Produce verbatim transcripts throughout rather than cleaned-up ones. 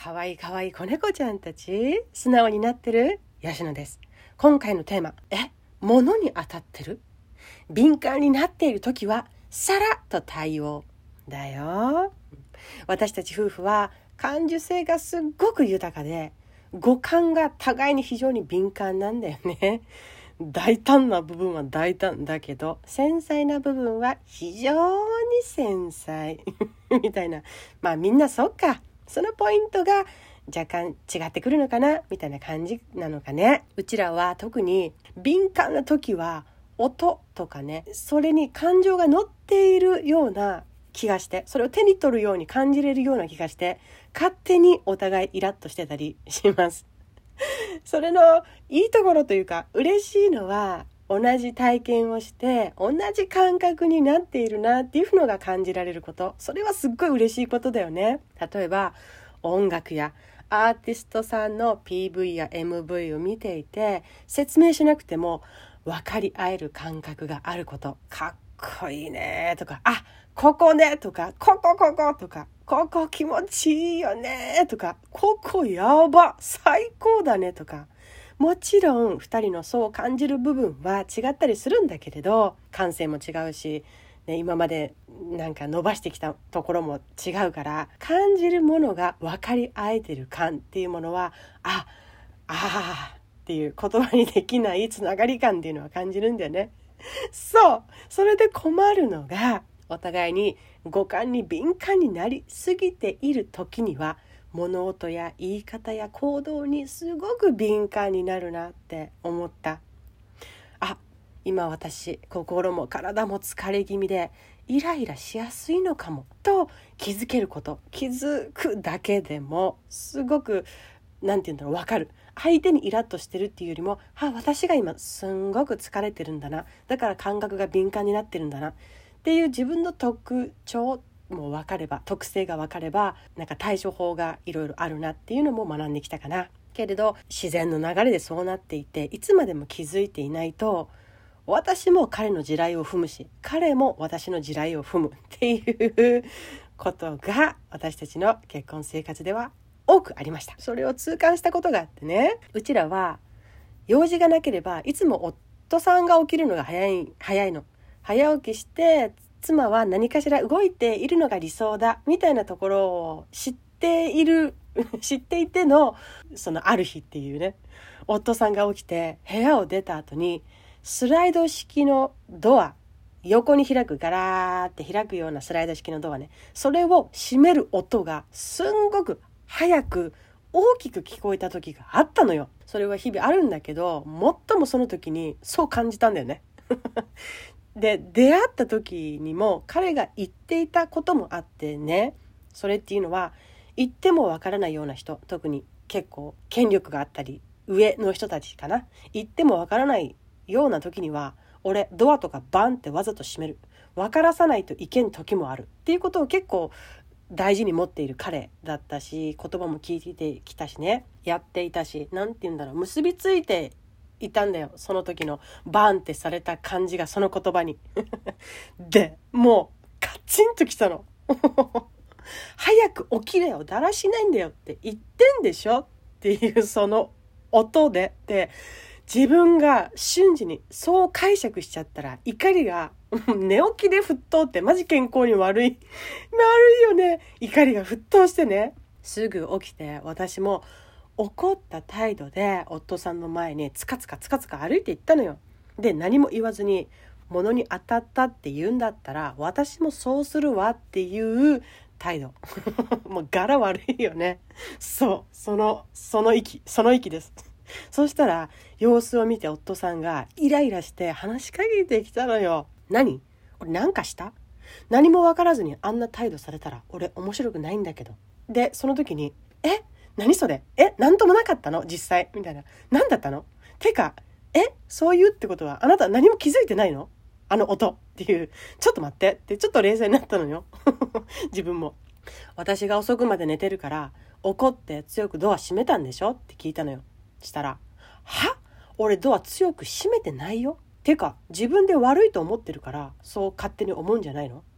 かわいいかわいい子猫ちゃんたち、素直になってるヤシノです。今回のテーマ、え、物に当たってる？敏感になっているときはさらっと対応だよ。私たち夫婦は感受性がすっごく豊かで、五感が互いに非常に敏感なんだよね。大胆な部分は大胆だけど、繊細な部分は非常に繊細みたいな。まあみんなそうか。そのポイントが若干違ってくるのかなみたいな感じなのかね。うちらは特に敏感な時は音とかね、それに感情が乗っているような気がして、それを手に取るように感じれるような気がして、勝手にお互いイラッとしてたりします。それのいいところというか、嬉しいのは同じ体験をして同じ感覚になっているなっていうのが感じられること。それはすっごい嬉しいことだよね。例えば音楽やアーティストさんの ピーブイ や エムブイ を見ていて、説明しなくても分かり合える感覚があること。かっこいいねとか、あ、ここねとか、こここことか、ここ気持ちいいよねとか、ここやば最高だねとか。もちろんふたりのそう感じる部分は違ったりするんだけれど、感性も違うし、ね、今までなんか伸ばしてきたところも違うから、感じるものが分かり合えてる感っていうものは、あ、あーっていう言葉にできないつながり感っていうのは感じるんだよね。そう、それで困るのが、お互いに五感に敏感になりすぎている時には、物音や言い方や行動にすごく敏感になるなって思った。あ、今私心も体も疲れ気味でイライラしやすいのかもと気づけること、気づくだけでもすごくなんていうんだろう、分かる。相手にイラッとしてるっていうよりも、あ、私が今すんごく疲れてるんだな、だから感覚が敏感になってるんだなっていう自分の特徴も分かれば、特性が分かれば、なんか対処法がいろいろあるなっていうのも学んできたかな。けれど自然の流れでそうなっていて、いつまでも気づいていないと、私も彼の地雷を踏むし、彼も私の地雷を踏むっていうことが私たちの結婚生活では多くありました。それを痛感したことがあってね、うちらは用事がなければいつも夫さんが起きるのが早い早いの。早起きして妻は何かしら動いているのが理想だみたいなところを知っている知っていての、そのある日っていうね、夫さんが起きて部屋を出た後にスライド式のドア、横に開くガラーって開くようなスライド式のドアね、それを閉める音がすんごく早く大きく聞こえた時があったのよ。それは日々あるんだけど、最もその時にそう感じたんだよねで、出会った時にも彼が言っていたこともあってね、それっていうのは言ってもわからないような人、特に結構権力があったり上の人たちかな、言ってもわからないような時には、俺ドアとかバンってわざと閉める、分からさないといけん時もあるっていうことを結構大事に持っている彼だったし、言葉も聞いてきたしね、やっていたし、なんて言うんだろう、結びついていたんだよ、その時のバーンってされた感じが、その言葉にで、もうカチンときたの早く起きれよ、だらしないんだよって言ってんでしょっていう、その音でで、自分が瞬時にそう解釈しちゃったら、怒りが寝起きで沸騰ってマジ健康に悪い悪いよね。怒りが沸騰してね、すぐ起きて、私も怒った態度で夫さんの前につかつかつかつか歩いていったのよ。で、何も言わずに、物に当たったって言うんだったら私もそうするわっていう態度もう柄悪いよね。そう、そのその息その息ですそしたら様子を見て夫さんがイライラして話しかけてきたのよ。何？俺なんかした？何も分からずにあんな態度されたら俺面白くないんだけど。で、その時に、え？何それ？え？なんともなかったの？実際みたいな。なんだったの？てか、え？そういうってことはあなた何も気づいてないの？あの音っていう。ちょっと待ってってちょっと冷静になったのよ自分も。私が遅くまで寝てるから怒って強くドア閉めたんでしょって聞いたのよ。したら、は？俺ドア強く閉めてないよ。てか自分で悪いと思ってるからそう勝手に思うんじゃないの？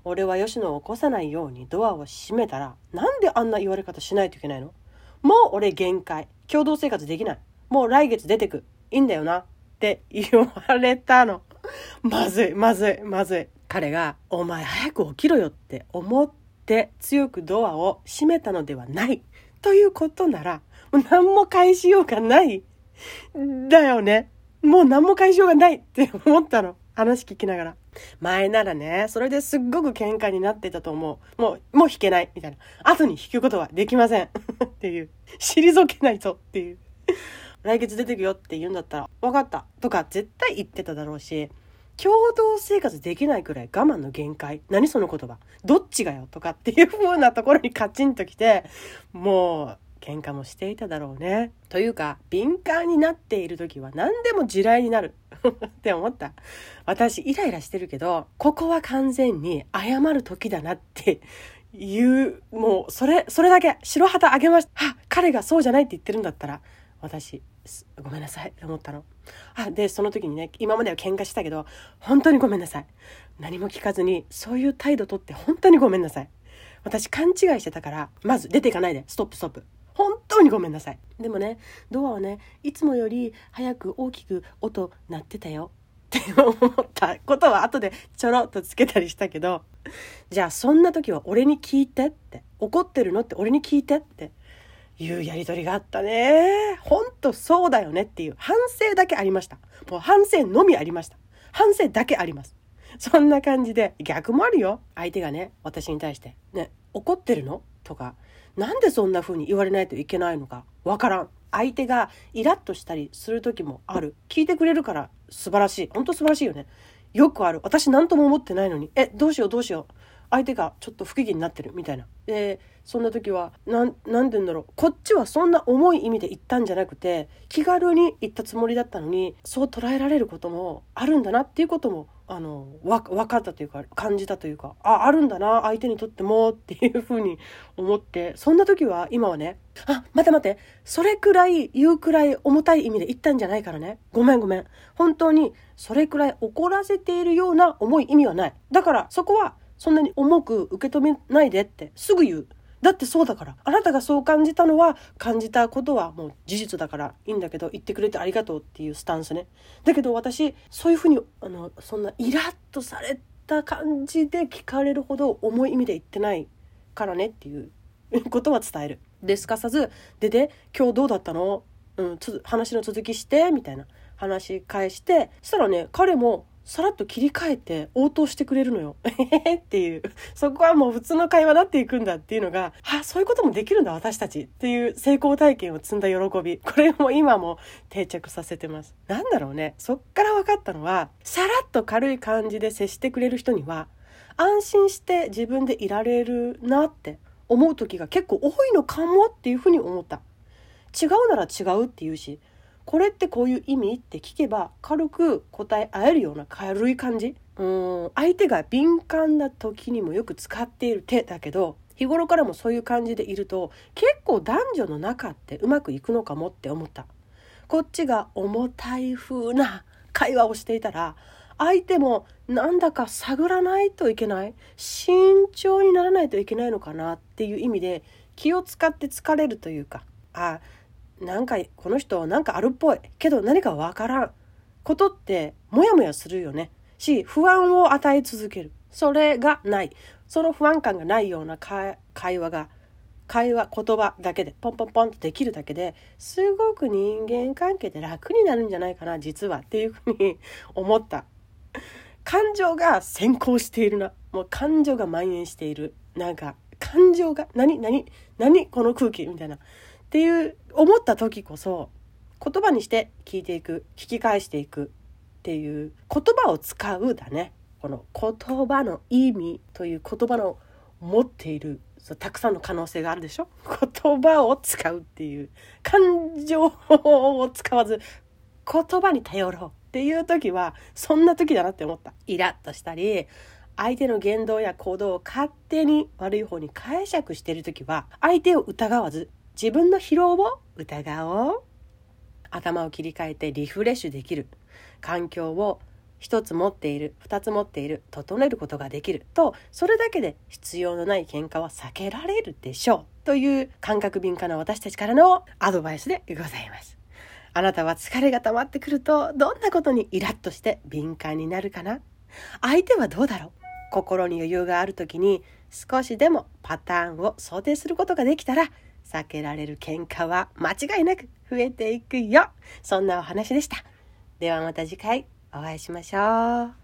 俺は吉野を起こさないようにドアを閉めたら、なんであんな言われ方しないといけないの？もう俺限界。共同生活できない。もう来月出てく。いいんだよな。って言われたの。まずい、まずい、まずい。彼が、お前早く起きろよって思って強くドアを閉めたのではない。ということなら、もう何も返しようがない。だよね。もう何も返しようがないって思ったの。話聞きながら。前ならね、それですっごく喧嘩になってたと思う。もう、もう引けない。みたいな。後に引くことはできません。っていう。退けないとっていう。来月出てくよって言うんだったら、分かった。とか絶対言ってただろうし、共同生活できないくらい我慢の限界。何その言葉。どっちがよとかっていう風なところにカチンときて、もう、喧嘩もしていただろうね。というか、敏感になっている時は何でも地雷になるって思った。私イライラしてるけど、ここは完全に謝る時だなっていう、もうそれ、それだけ白旗あげました。あ、彼がそうじゃないって言ってるんだったら、私、ごめんなさいって思ったの。あ、で、その時にね、今までは喧嘩したけど、本当にごめんなさい。何も聞かずに、そういう態度取って本当にごめんなさい。私勘違いしてたから、まず出ていかないで、ストップストップ。本当にごめんなさい。でもね、ドアはね、いつもより早く大きく音鳴ってたよって思ったことは後でちょろっとつけたりしたけど、じゃあそんな時は俺に聞いてって、怒ってるのって俺に聞いてっていうやりとりがあったね。本当そうだよねっていう反省だけありました。もう反省のみありました。反省だけあります。そんな感じで、逆もあるよ。相手がね、私に対してね、怒ってるのとか、なんでそんな風に言われないといけないのかわからん。相手がイラッとしたりする時もある。聞いてくれるから素晴らしい。本当素晴らしいよね。よくある。私何とも思ってないのに、え、どうしようどうしよう。相手がちょっと不機嫌になってるみたいな。で、そんな時は、なん、なんて言うんだろう。こっちはそんな重い意味で言ったんじゃなくて、気軽に言ったつもりだったのに、そう捉えられることもあるんだなっていうことも、あの、わ、分かったというか、感じたというか、あ、あるんだな、相手にとってもっていうふうに思って、そんな時は今はね、あ、待て待て、それくらい言うくらい重たい意味で言ったんじゃないからね。ごめんごめん。本当にそれくらい怒らせているような重い意味はない。だからそこはそんなに重く受け止めないでってすぐ言う。だってそうだから。あなたがそう感じたのは、感じたことはもう事実だからいいんだけど、言ってくれてありがとうっていうスタンスね。だけど私、そういうふうに、あの、そんなイラッとされた感じで聞かれるほど重い意味で言ってないからねっていうことは伝える。ですかさず、でで、今日どうだったの？うん、つ話の続きして、みたいな話し返して、そしたらね、彼も、さらっと切り替えて応答してくれるのよ。えへへっていう。そこはもう普通の会話になっていくんだっていうのが、あ、そういうこともできるんだ私たちっていう成功体験を積んだ喜び。これも今も定着させてます。なんだろうね。そっから分かったのは、さらっと軽い感じで接してくれる人には、安心して自分でいられるなって思う時が結構多いのかもっていうふうに思った。違うなら違うって言うし、これってこういう意味って聞けば軽く答え合えるような軽い感じ。うーん、相手が敏感な時にもよく使っている手だけど、日頃からもそういう感じでいると結構男女の仲ってうまくいくのかもって思った。こっちが重たい風な会話をしていたら、相手もなんだか探らないといけない、慎重にならないといけないのかなっていう意味で気を使って疲れるというか、あ、なんかこの人なんかあるっぽいけど何かわからんことってモヤモヤするよねし、不安を与え続ける。それがない、その不安感がないような会話が会話言葉だけでポンポンポンとできるだけですごく人間関係で楽になるんじゃないかな実はっていうふうに思った。感情が先行しているな、もう感情が蔓延している、なんか感情が何何何この空気みたいなっていう思った時こそ言葉にして聞いていく、聞き返していくっていう言葉を使うだね。この言葉の意味という言葉の持っているたくさんの可能性があるでしょ。言葉を使うっていう、感情を使わず言葉に頼ろうっていう時はそんな時だなって思った。イラッとしたり相手の言動や行動を勝手に悪い方に解釈している時は相手を疑わず自分の疲労を疑おう。頭を切り替えてリフレッシュできる環境を一つ持っている、二つ持っている、整えることができると、それだけで必要のない喧嘩は避けられるでしょうという感覚敏感な私たちからのアドバイスでございます。あなたは疲れが溜まってくるとどんなことにイラッとして敏感になるかな？相手はどうだろう？心に余裕があるときに少しでもパターンを想定することができたら、避けられる喧嘩は間違いなく増えていくよ。そんなお話でした。ではまた次回お会いしましょう。